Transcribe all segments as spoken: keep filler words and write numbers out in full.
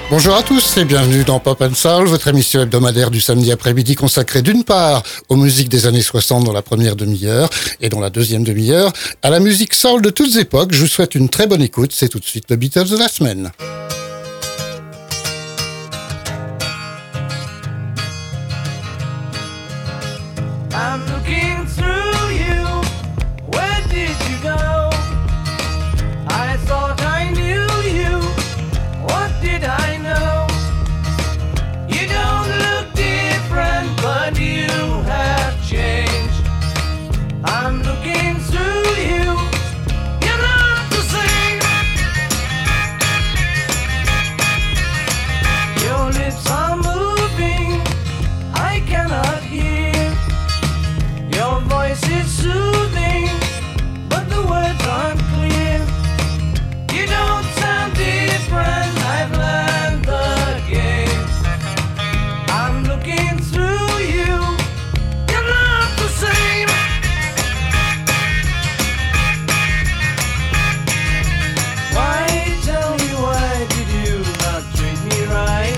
Bonjour à tous et bienvenue dans Pop and Soul, votre émission hebdomadaire du samedi après-midi consacrée d'une part aux musiques des années soixante dans la première demi-heure et dans la deuxième demi-heure à la musique soul de toutes époques. Je vous souhaite une très bonne écoute, c'est tout de suite le Beatles de la semaine. I'm looking through you, where did you go? I thought I knew you, what did I know? You don't look different, but you have changed. I'm looking through you, you're not the same. Your lips are moving, I cannot hear. Your voice is soothing, but the words aren't clear. You don't sound different, I've learned the game. I'm looking through you, you're not the same. Why, tell me why did you not treat me right?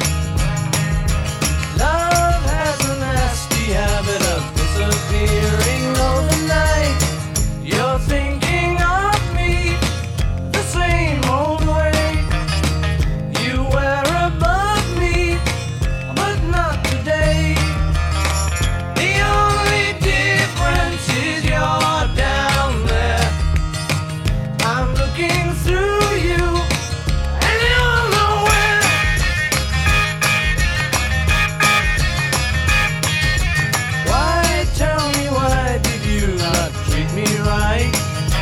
Love has a nasty habit of disappearing overnight. You're thinking of me the same old way. You were above me, but not today. The only difference is you're down there. I'm looking through you, and you're nowhere. Why, tell me why did you not treat me right?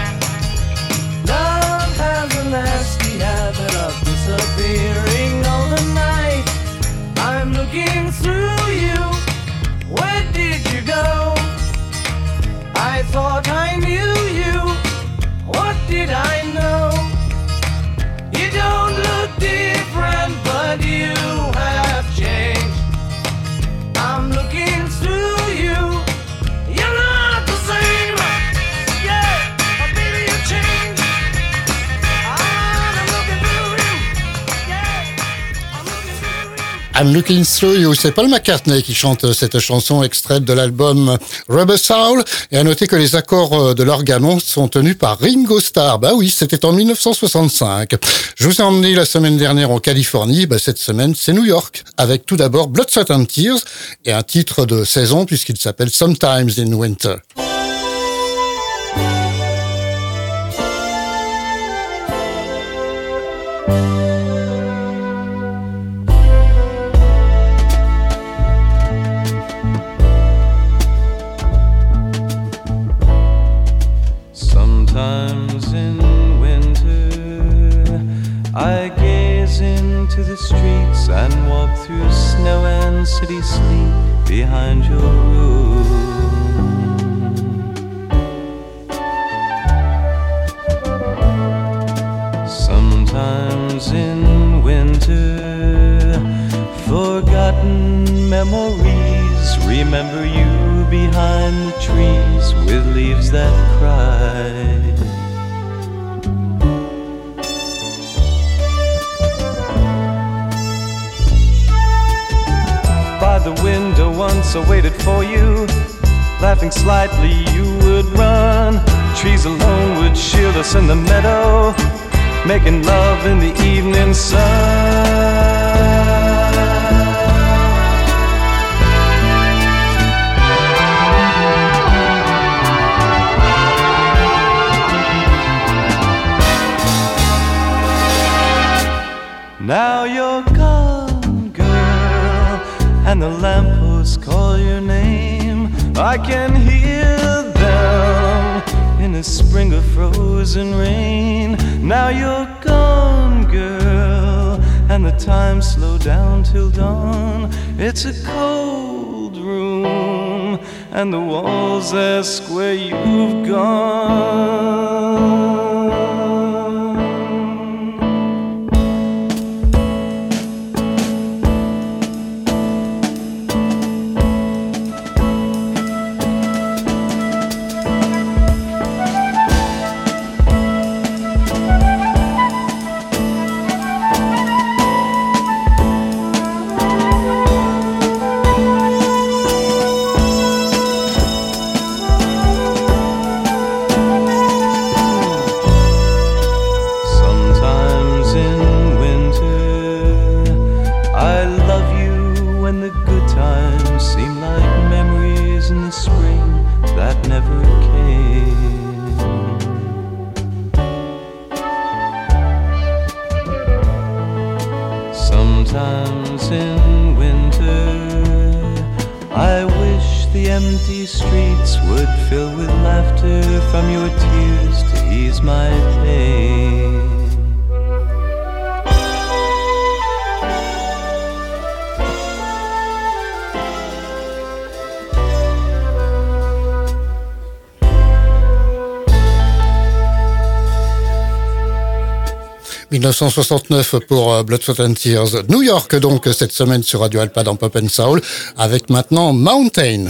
Love has a nasty habit of disappearing overnight. I'm looking through you, where did you go? I thought I knew you, what did I know? You don't look different, but you have changed. I'm looking through you, you're not the same. Yeah, but baby you changed. I'm looking through you. Yeah, I'm looking through you. I'm Looking Through You, c'est Paul McCartney qui chante cette chanson extraite de l'album Rubber Soul. Et à noter que les accords de l'organon sont tenus par Ringo Starr. Bah oui, c'était en dix-neuf cent soixante-cinq. Je vous ai emmené la semaine dernière en Californie. Bah cette semaine, c'est New York. Avec tout d'abord Blood, Sweat and Tears et un titre de saison puisqu'il s'appelle Sometimes in Winter. Sometimes in winter I gaze into the streets and walk through snow and city sleep behind your room. Sometimes in winter forgotten memories remember you behind the trees with leaves that cry. By the window once I waited for you, laughing slightly you would run. Trees alone would shield us in the meadow, making love in the evening sun. Now you're gone, girl, and the lampposts call your name. I can hear them in a spring of frozen rain. Now you're gone, girl, and the time slowed down till dawn. It's a cold room, and the walls ask where you've gone. empty streets would fill with laughter from your tears to ease my pain. dix-neuf cent soixante-neuf pour Blood, Sweat and Tears. New York donc cette semaine sur Radio Alpa dans Pop and Soul avec maintenant Mountain.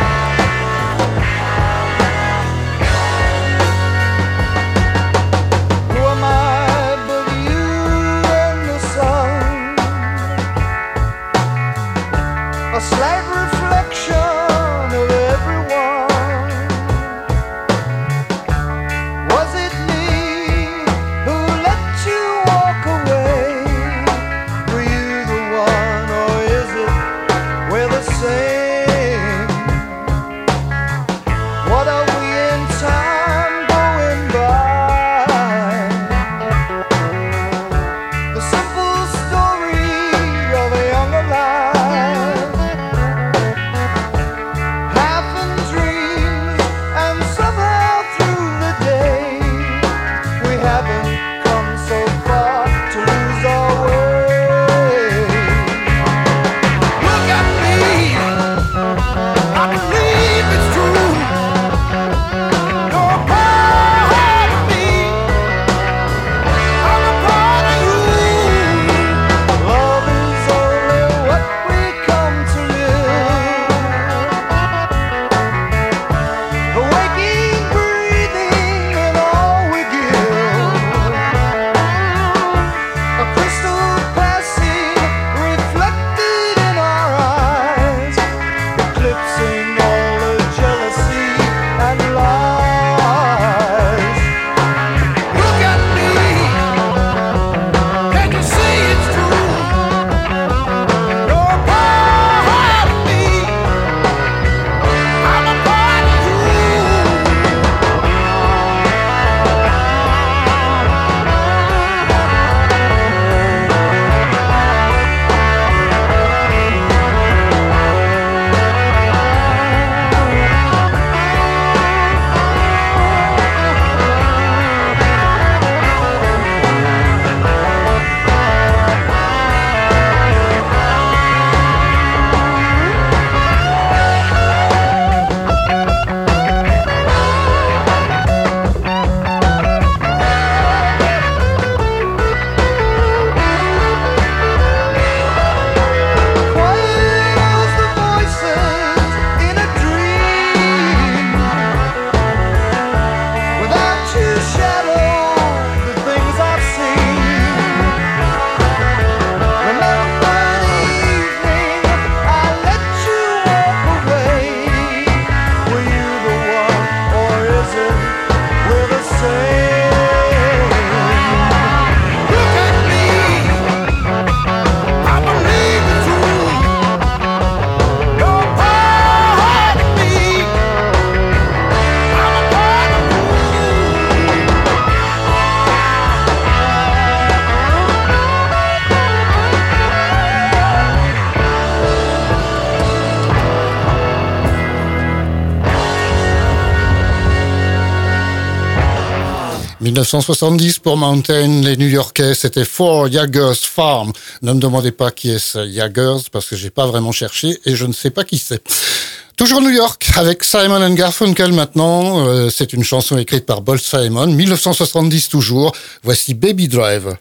dix-neuf cent soixante-dix pour Mountain, les New-Yorkais, c'était Four Jaggers Farm. Ne me demandez pas qui est ce Jaggers parce que j'ai pas vraiment cherché et je ne sais pas qui c'est. Toujours New York avec Simon and Garfunkel maintenant. Euh, c'est une chanson écrite par Paul Simon, dix-neuf cent soixante-dix toujours. Voici Baby Drive.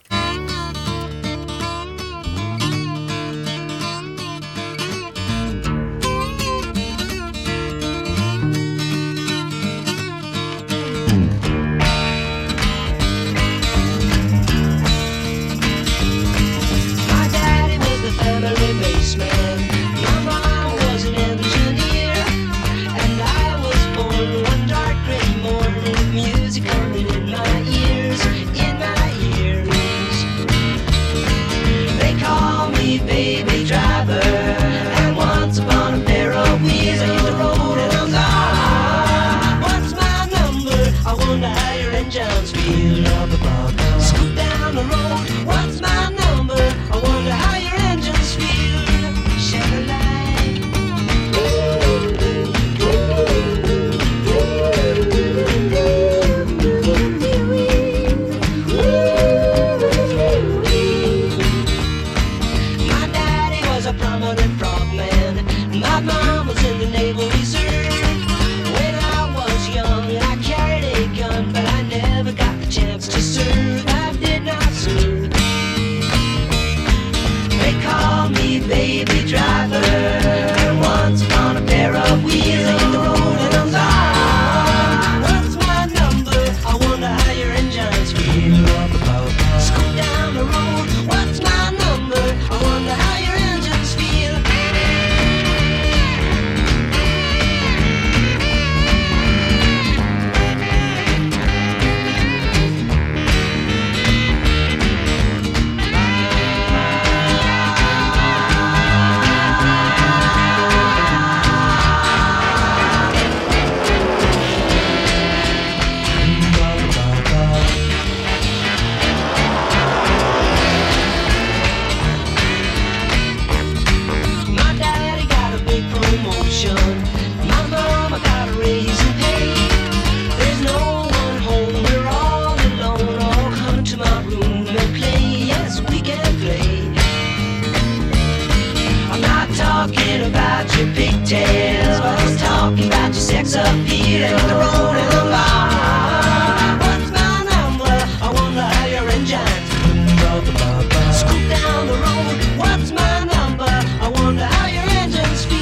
Music coming in my ears, in my ears. talking about your pigtails, but he's talking about your sex appeal and the road and the bar. What's my number? I wonder how your engine's scoop down the road. What's my number? I wonder how your engines feel.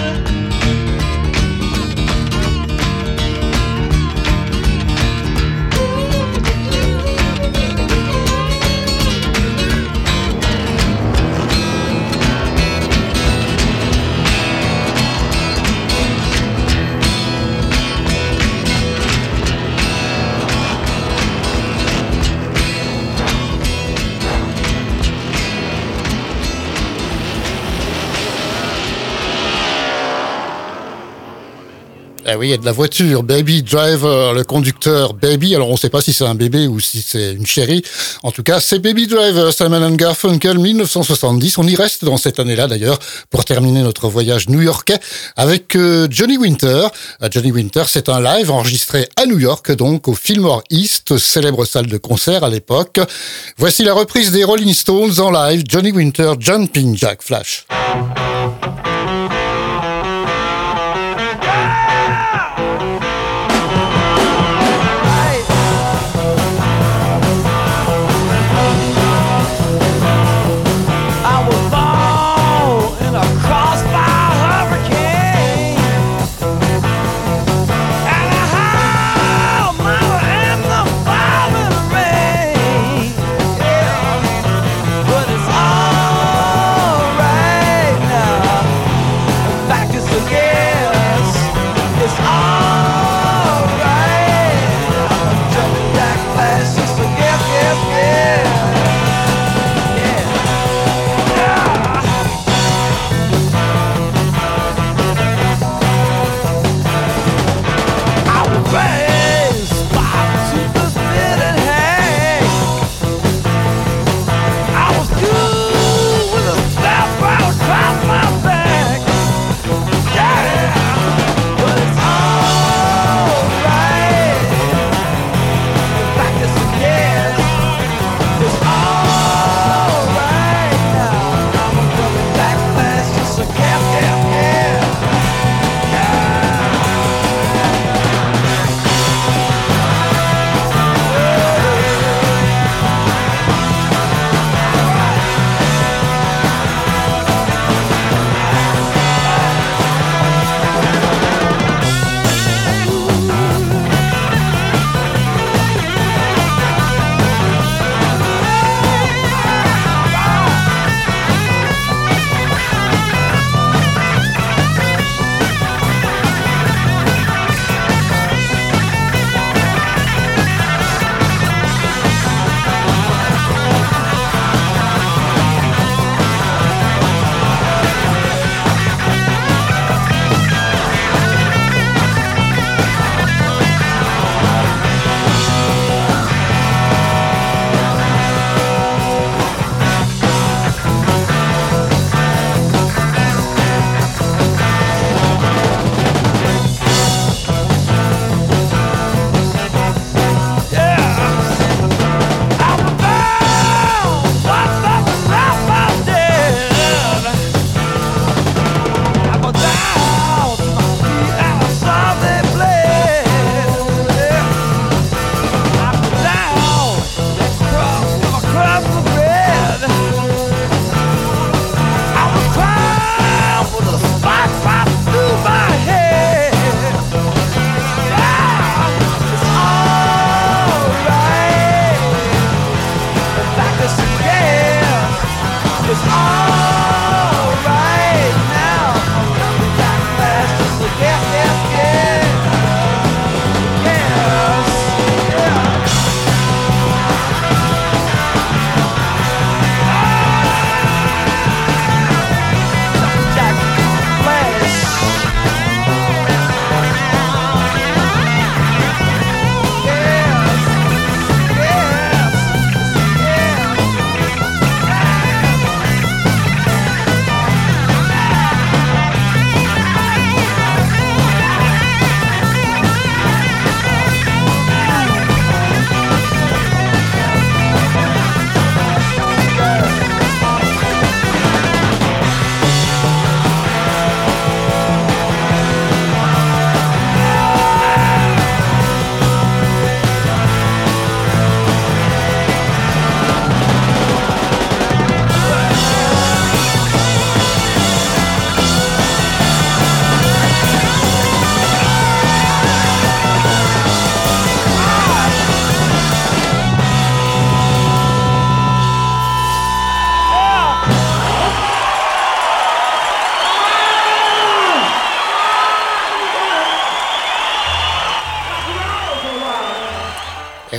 Eh oui, il y a de la voiture, Baby Driver, le conducteur Baby. Alors on ne sait pas si c'est un bébé ou si c'est une chérie. En tout cas, c'est Baby Driver, Simon and Garfunkel, dix-neuf cent soixante-dix. On y reste dans cette année-là d'ailleurs pour terminer notre voyage new-yorkais avec euh, Johnny Winter. Euh, Johnny Winter, c'est un live enregistré à New York, donc au Fillmore East, célèbre salle de concert à l'époque. Voici la reprise des Rolling Stones en live, Johnny Winter, Jumping Jack Flash. But it's all right now.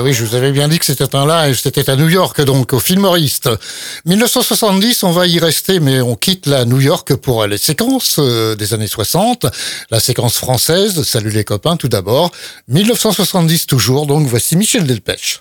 oui, je vous avais bien dit que c'était un live, c'était à New York donc, au Fillmoriste. dix-neuf cent soixante-dix, on va y rester, mais on quitte la New York pour les séquences euh, des années soixante. La séquence française, salut les copains tout d'abord. dix-neuf cent soixante-dix toujours, donc voici Michel Delpech.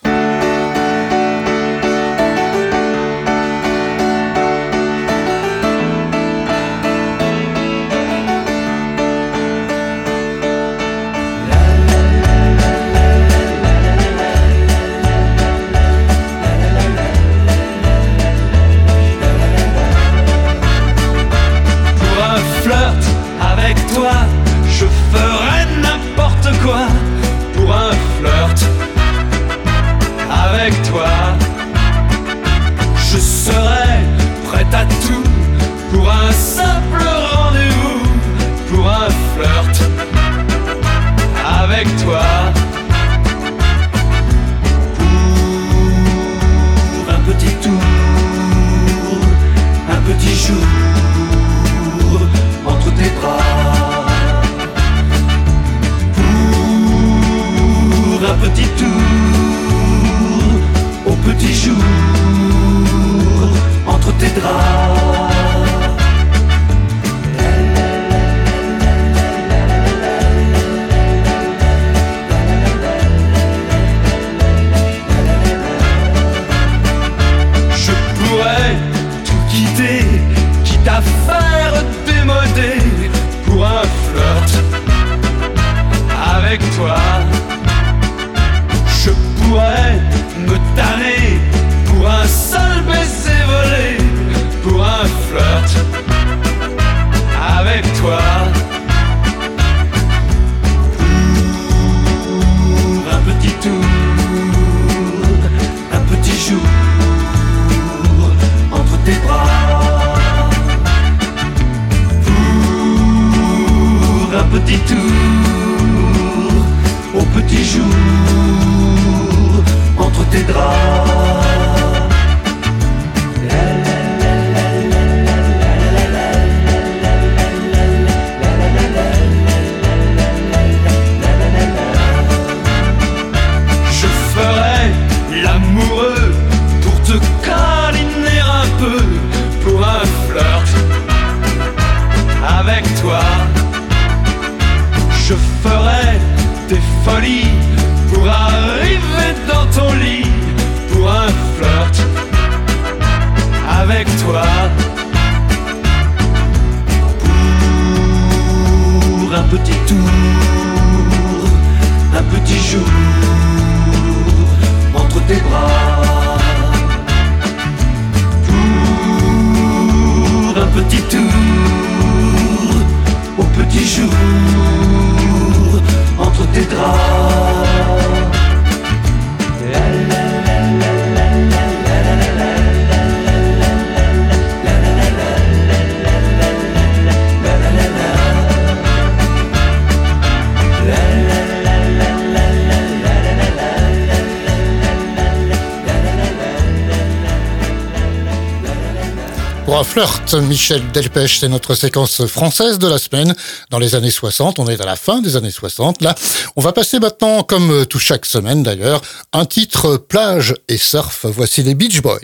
Flirt, Michel Delpech, c'est notre séquence française de la semaine dans les années soixante. On est à la fin des années soixante. Là, on va passer maintenant, comme tout chaque semaine d'ailleurs, un titre plage et surf. Voici les Beach Boys.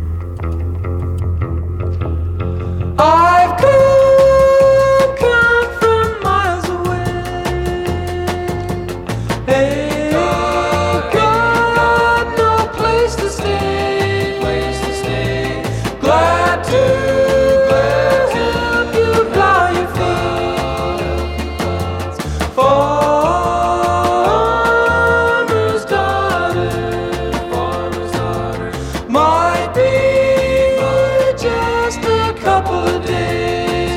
I've come, come from miles away. Hey, got no place to stay, place to stay. Glad to. Just a couple of days.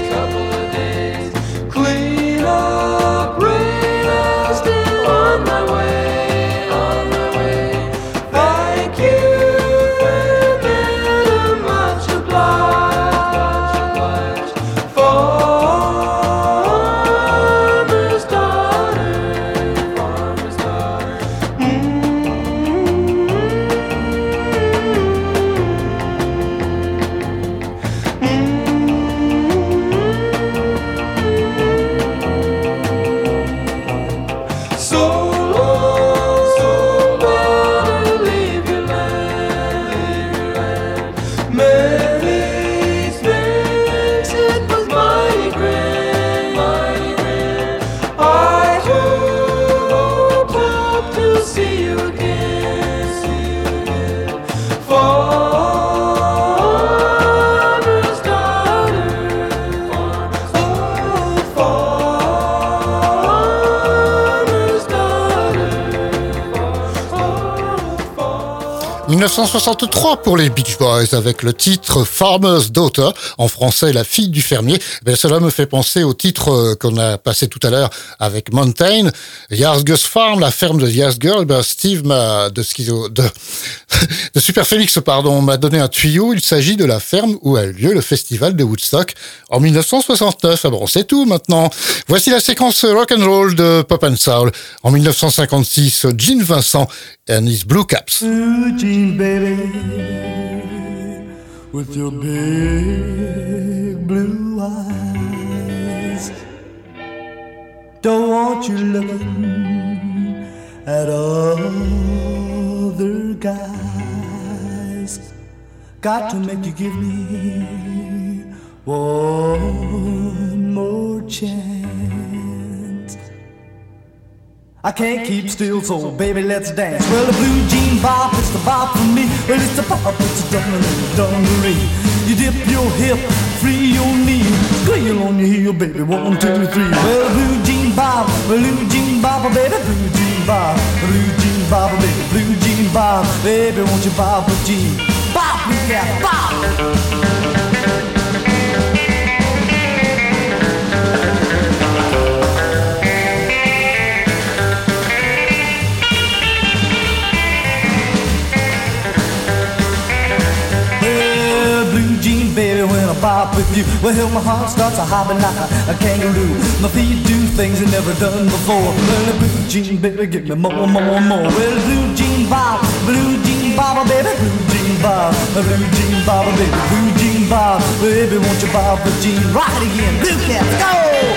mille neuf cent soixante-trois pour les Beach Boys avec le titre Farmer's Daughter, en français La fille du fermier. Ben, cela me fait penser au titre qu'on a passé tout à l'heure avec Mountain, Yasgur's Farm, la ferme de Yasgur. Ben, Steve m'a de schizo, de, de Super Phoenix, pardon, m'a donné un tuyau. Il s'agit de la ferme où a eu lieu le festival de Woodstock en mille neuf cent soixante-neuf. Ah bon, c'est tout maintenant. Voici la séquence rock'n'roll de Pop and Soul. En mille neuf cent cinquante-six, Gene Vincent and his Blue Caps. Ooh, Gene, baby, with your big blue eyes, don't want you looking at other guys. Got to make you give me one more chance. I can't keep still, so baby, let's dance. Well, the blue jean bop, it's the bop for me. Well, it's the bop, it's the dungaree, dungaree. You dip your hip, free your knee, squeal on your heel, baby, one, two, three. Well, the blue jean bop, blue jean bop, baby, blue jean bop, blue jean bop, baby, blue jean bop, baby, won't you bop a jean? Bop, yeah, bop. Baby, when I bop with you, well, my heart starts a hopping like a, a kangaroo. My feet do things I never done before. Well, the blue jean, baby, give me more, more, more. Well, the blue jean bop, blue jean bop, baby, blue jean bop, blue jean bop, baby, blue jean bop, baby, won't you bop the jean? Rock it again, Blue Cats, go!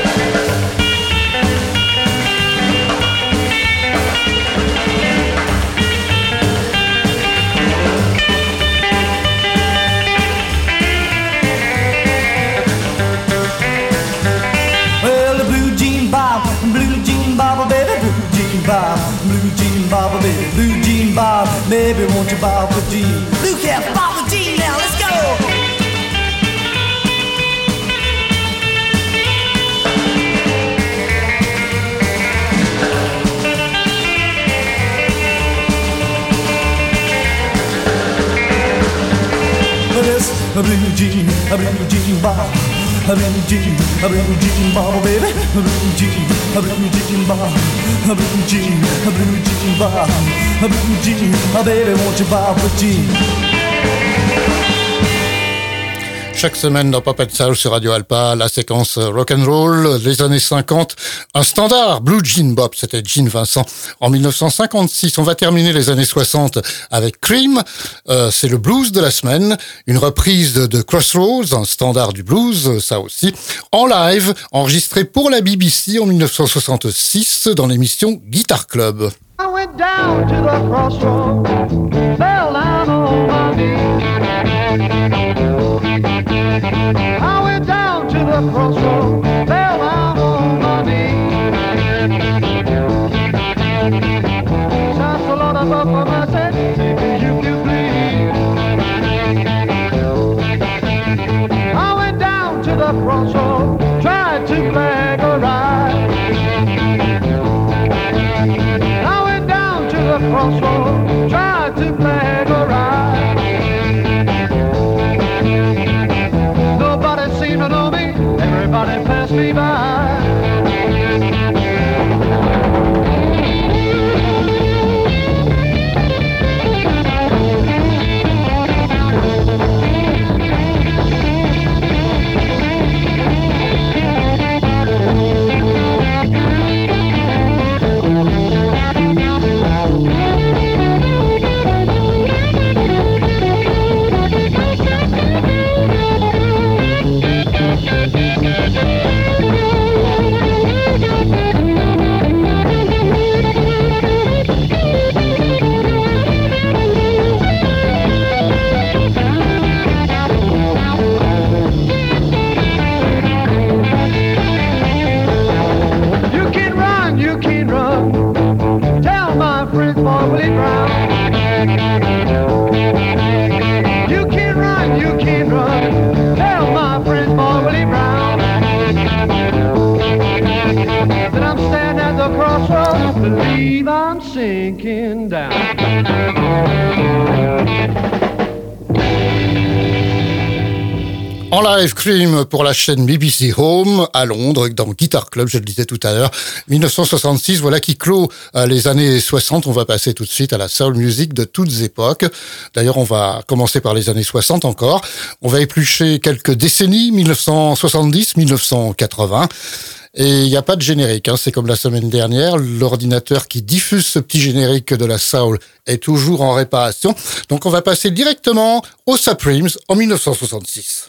Bob, blue jean bob, baby, blue jean bob, baby, won't you bob the jean? Blue Cats, bob the jean now, let's go! A blue jean, a blue jean bob, a blue jean, a blue jean bob, baby, a blue jean, a blue jean bob, a blue jean, a blue jean bob, a blue jean, a baby, won't you bob the jean? Chaque semaine dans Pop and Soul sur Radio Alpa, la séquence rock'n'roll des années cinquante, un standard, Blue Jean Bop, c'était Gene Vincent en mille neuf cent cinquante-six. On va terminer les années soixante avec Cream, euh, c'est le blues de la semaine, une reprise de, de Crossroads, un standard du blues, ça aussi, en live, enregistré pour la B B C en mille neuf cent soixante-six dans l'émission Guitar Club. I went down to the crossroads, fell down on my knees. I went down to the crossroads, fell down on my knees. Shouts the Lord above for mercy, take me if you please. I went down to the crossroads, tried to flag a ride. I went down to the crossroads, tried to flag a ride. Nobody seemed to know me, everybody passed me by. Thank you. don't believe I'm sinking down. En live, Cream pour la chaîne B B C Home à Londres, dans Guitar Club, je le disais tout à l'heure, dix-neuf cent soixante-six, voilà qui clôt euh, les années soixante. On va passer tout de suite à la soul music de toutes époques. D'ailleurs, on va commencer par les années soixante encore. On va éplucher quelques décennies, dix-neuf cent soixante-dix, dix-neuf cent quatre-vingts. Et il n'y a pas de générique, hein. C'est comme la semaine dernière, l'ordinateur qui diffuse ce petit générique de la soul est toujours en réparation. Donc on va passer directement aux Supremes en dix-neuf cent soixante-six.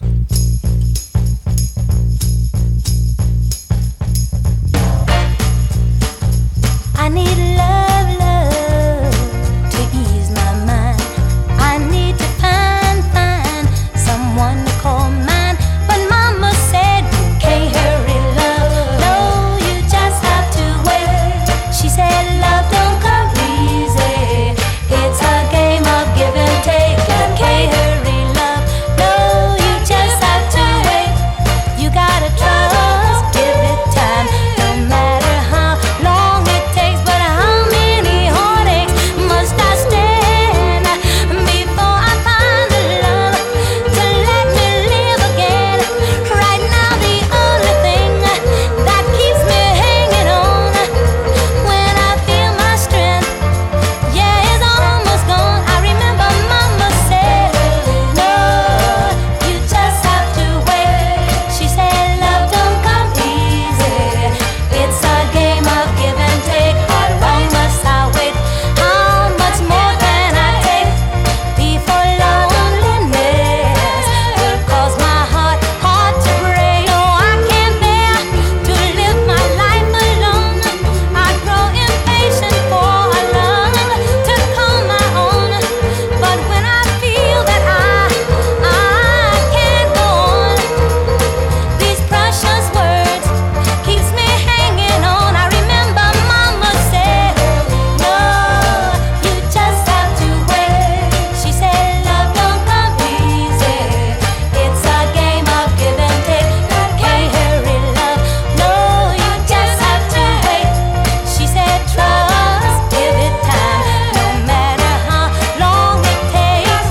I need love, love to ease my mind. I need to find, find someone to call mine. But mama said you can't hurry love. No, you just have to wait. She said love don't come easy. It's a game of give and take. You can't hurry love. No, you just have to wait. You gotta trust, give it time. No matter how long it takes, but how many heartaches must I stand before I find the love to let me live again? Right now the only thing that keeps me hanging on when I feel my strength, yeah, is almost gone. I remember mama said, no, you just have to wait. She said love don't come easy. It's a game of give and take. How long must I wait? How much more can I take before loneliness will cause my heart, heart to break? No, I can't bear to live my life alone. I grow impatient for a love to call my own. But when I feel that I, I can't go on, these precious words keeps me hanging on. I remember mama said, no, you just have to wait. She said love don't come easy. It's a game of give and take. You can't hurry love. No, you just have to wait. She said trust, give it time. No matter how long it takes.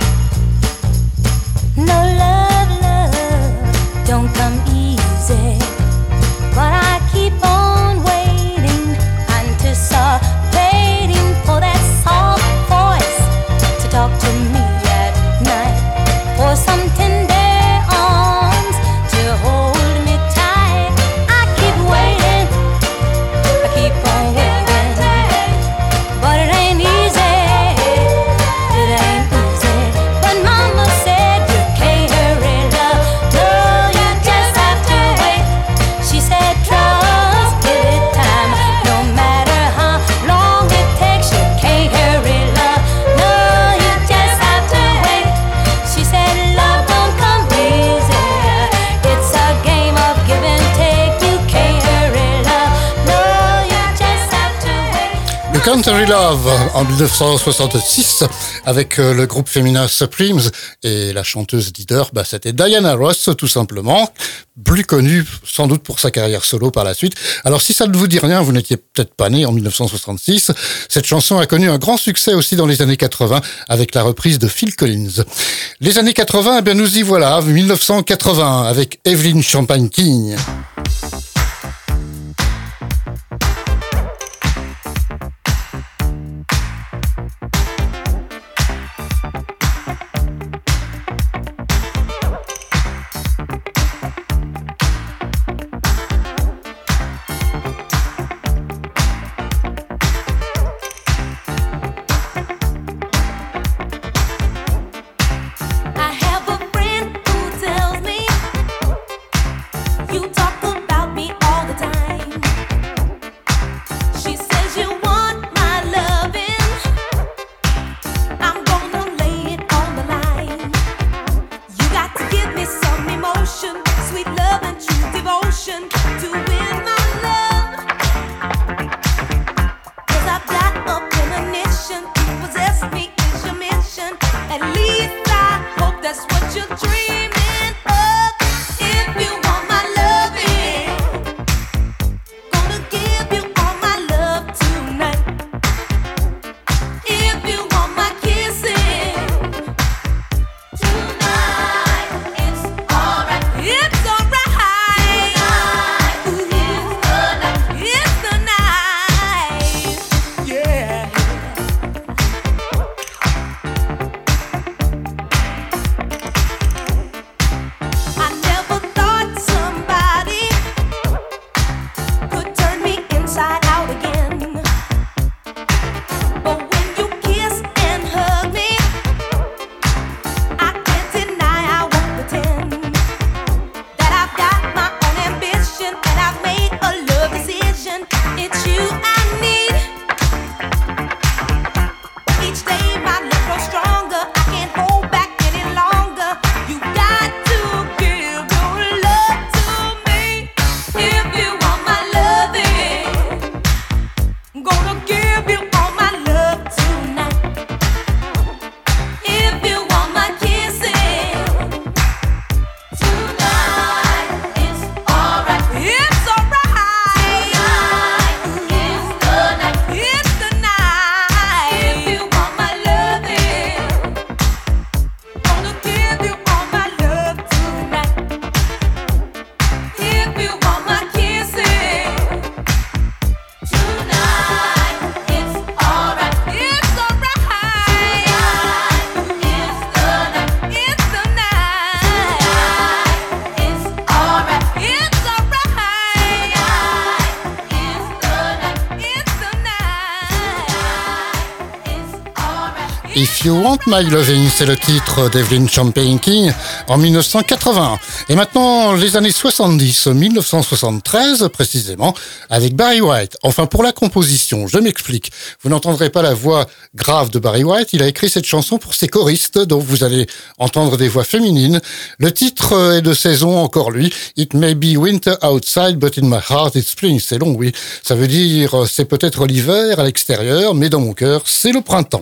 No love, love don't come easy. But I keep on waiting, anticipating for that soft voice to talk to me at night, for some tender arms to hold me tight. I keep waiting, I keep on waiting, but it ain't easy, it ain't easy. But mama said you can't hurry love. No, you just have to wait. She said trust, give it time. No matter how long it takes, you can't hurry love. No, you just have to wait. She said love don't come easy. It's a game of give and take. You can't hurry love. No, you just have to wait. Le Country Love en dix-neuf cent soixante-six avec euh, le groupe féminin Supremes et la chanteuse leader, bah, c'était Diana Ross tout simplement, plus connue sans doute pour sa carrière solo par la suite. Alors si ça ne vous dit rien, vous n'étiez peut-être pas né en dix-neuf cent soixante-six, cette chanson a connu un grand succès aussi dans les années quatre-vingts avec la reprise de Phil Collins. Les années quatre-vingts, eh bien nous y voilà, dix-neuf cent quatre-vingts avec Evelyn Champagne King. I have a friend who tells me you talk If You Want My Loving, c'est le titre d'Evelyn Champagne King en mille neuf cent quatre-vingt-un. Et maintenant, les années soixante-dix, mille neuf cent soixante-treize précisément, avec Barry White. Enfin, pour la composition, je m'explique. Vous n'entendrez pas la voix grave de Barry White, il a écrit cette chanson pour ses choristes, donc vous allez entendre des voix féminines. Le titre est de saison, encore lui, It May Be Winter Outside, but in my heart it's spring. C'est long, oui. Ça veut dire, c'est peut-être l'hiver à l'extérieur, mais dans mon cœur, c'est le printemps.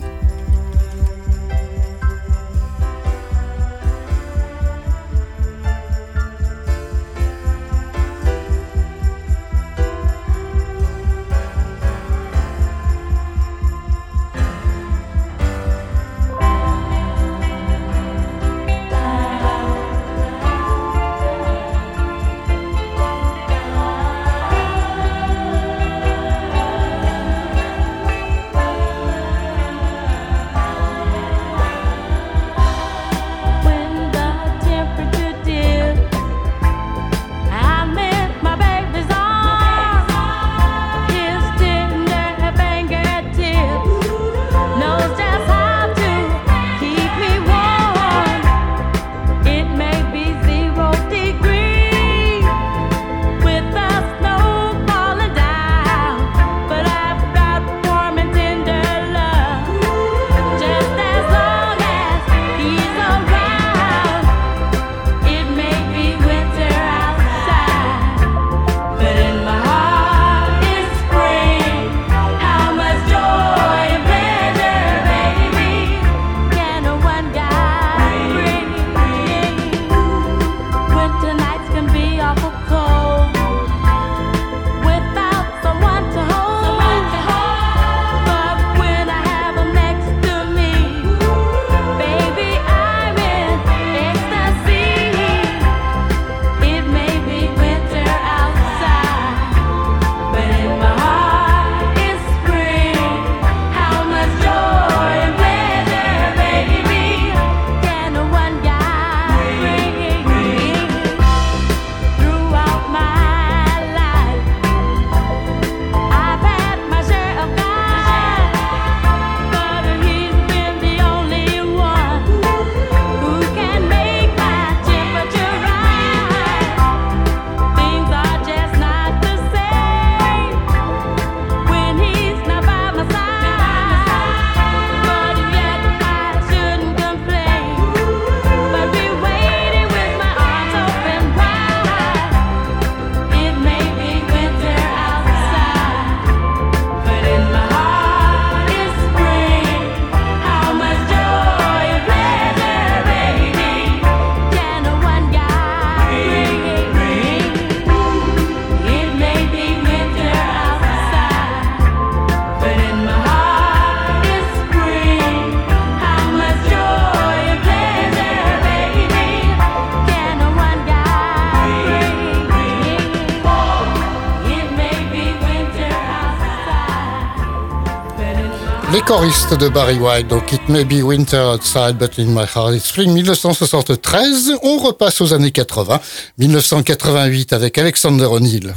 Les choristes de Barry White, donc It May Be Winter Outside, but in my heart it's spring, mille neuf cent soixante-treize. On repasse aux années quatre-vingts, mille neuf cent quatre-vingt-huit avec Alexander O'Neal.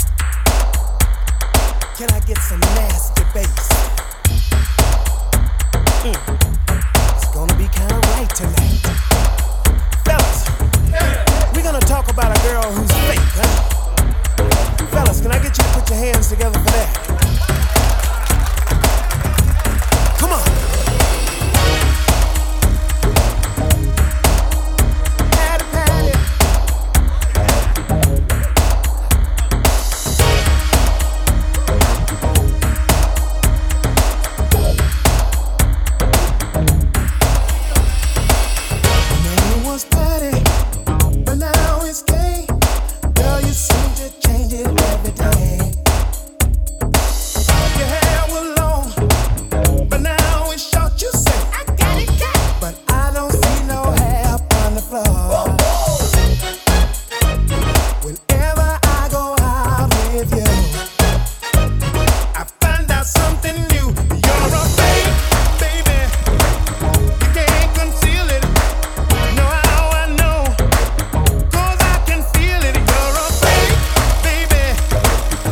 Can I get some nasty bass? Mm. It's gonna be kind of right tonight. Fellas, we're gonna talk about a girl who's fake, huh? Fellas, can I get you to put your hands together for that? Come on. Patty, patty. Name was Patty, but now it's gay. Girl, you seem to change it every day. Your hair was long, but now it's short, you say. I got it cut, but I don't see no hair on the floor. Whenever I go out with you, I find out something new. You're a fake, baby. You can't conceal it. Know how I know, 'cause I can feel it. You're a fake, baby.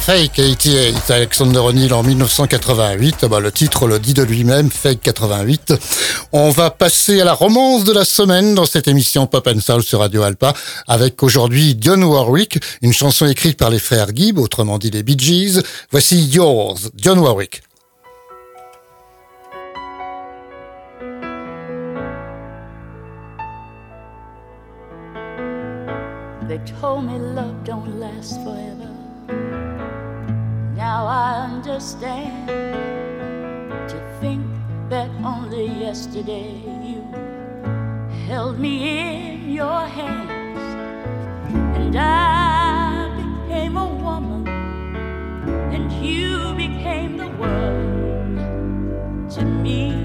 Fake quatre-vingt-dix-huit, Alexander O'Neal en dix-neuf cent quatre-vingt-huit. Bah, le titre le dit de lui-même, Fake quatre-vingt-huit. On va passer à la romance de la semaine dans cette émission Pop and Soul sur Radio Alpa, avec aujourd'hui Dionne Warwick, une chanson écrite par les frères Gibb, autrement dit les Bee Gees. Voici Yours, Dionne Warwick. They told me love don't last forever. Now I understand. To think that only yesterday you held me in your hands, and I became a woman, and you became the world to me.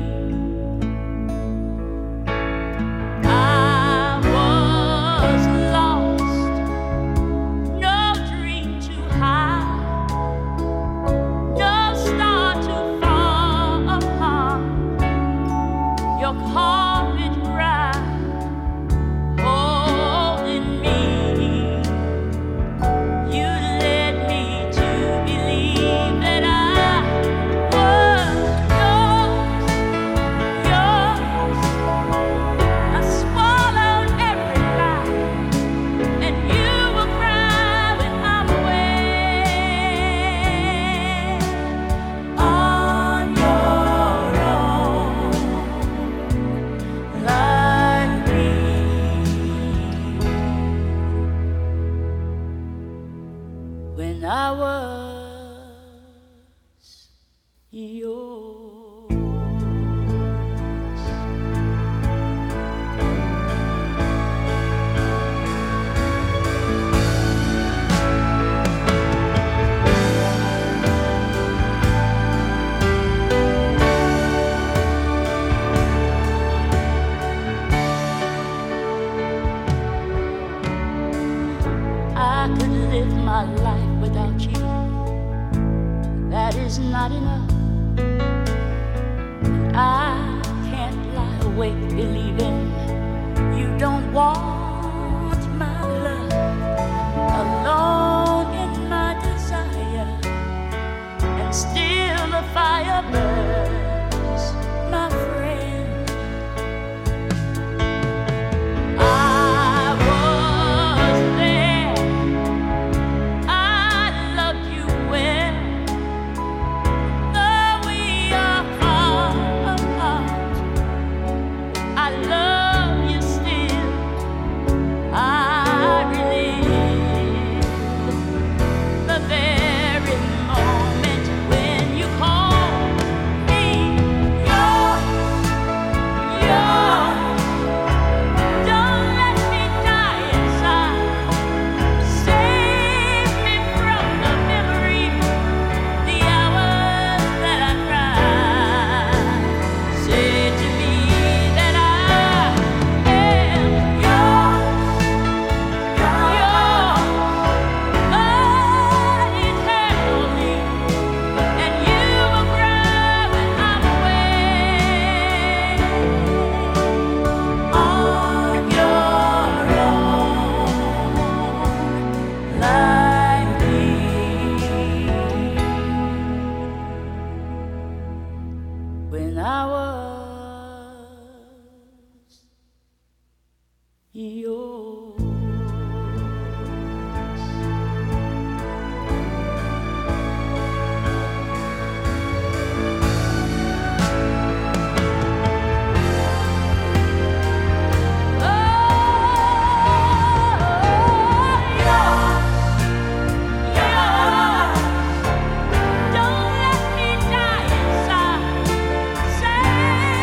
Say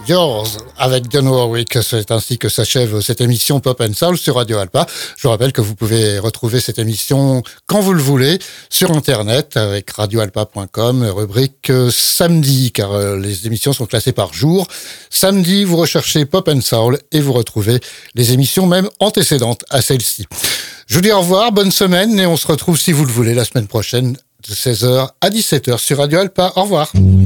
Yours avec Dionne Warwick. C'est ainsi que s'achève cette émission Pop and Soul sur Radio Alpa. Je vous rappelle que vous pouvez retrouver cette émission quand vous le voulez sur Internet avec radio alpa point com, rubrique euh, samedi, car euh, les émissions sont classées par jour. Samedi, vous recherchez Pop and Soul et vous retrouvez les émissions même antécédentes à celle-ci. Je vous dis au revoir, bonne semaine et on se retrouve si vous le voulez la semaine prochaine de seize heures à dix-sept heures sur Radio Alpa. Au revoir.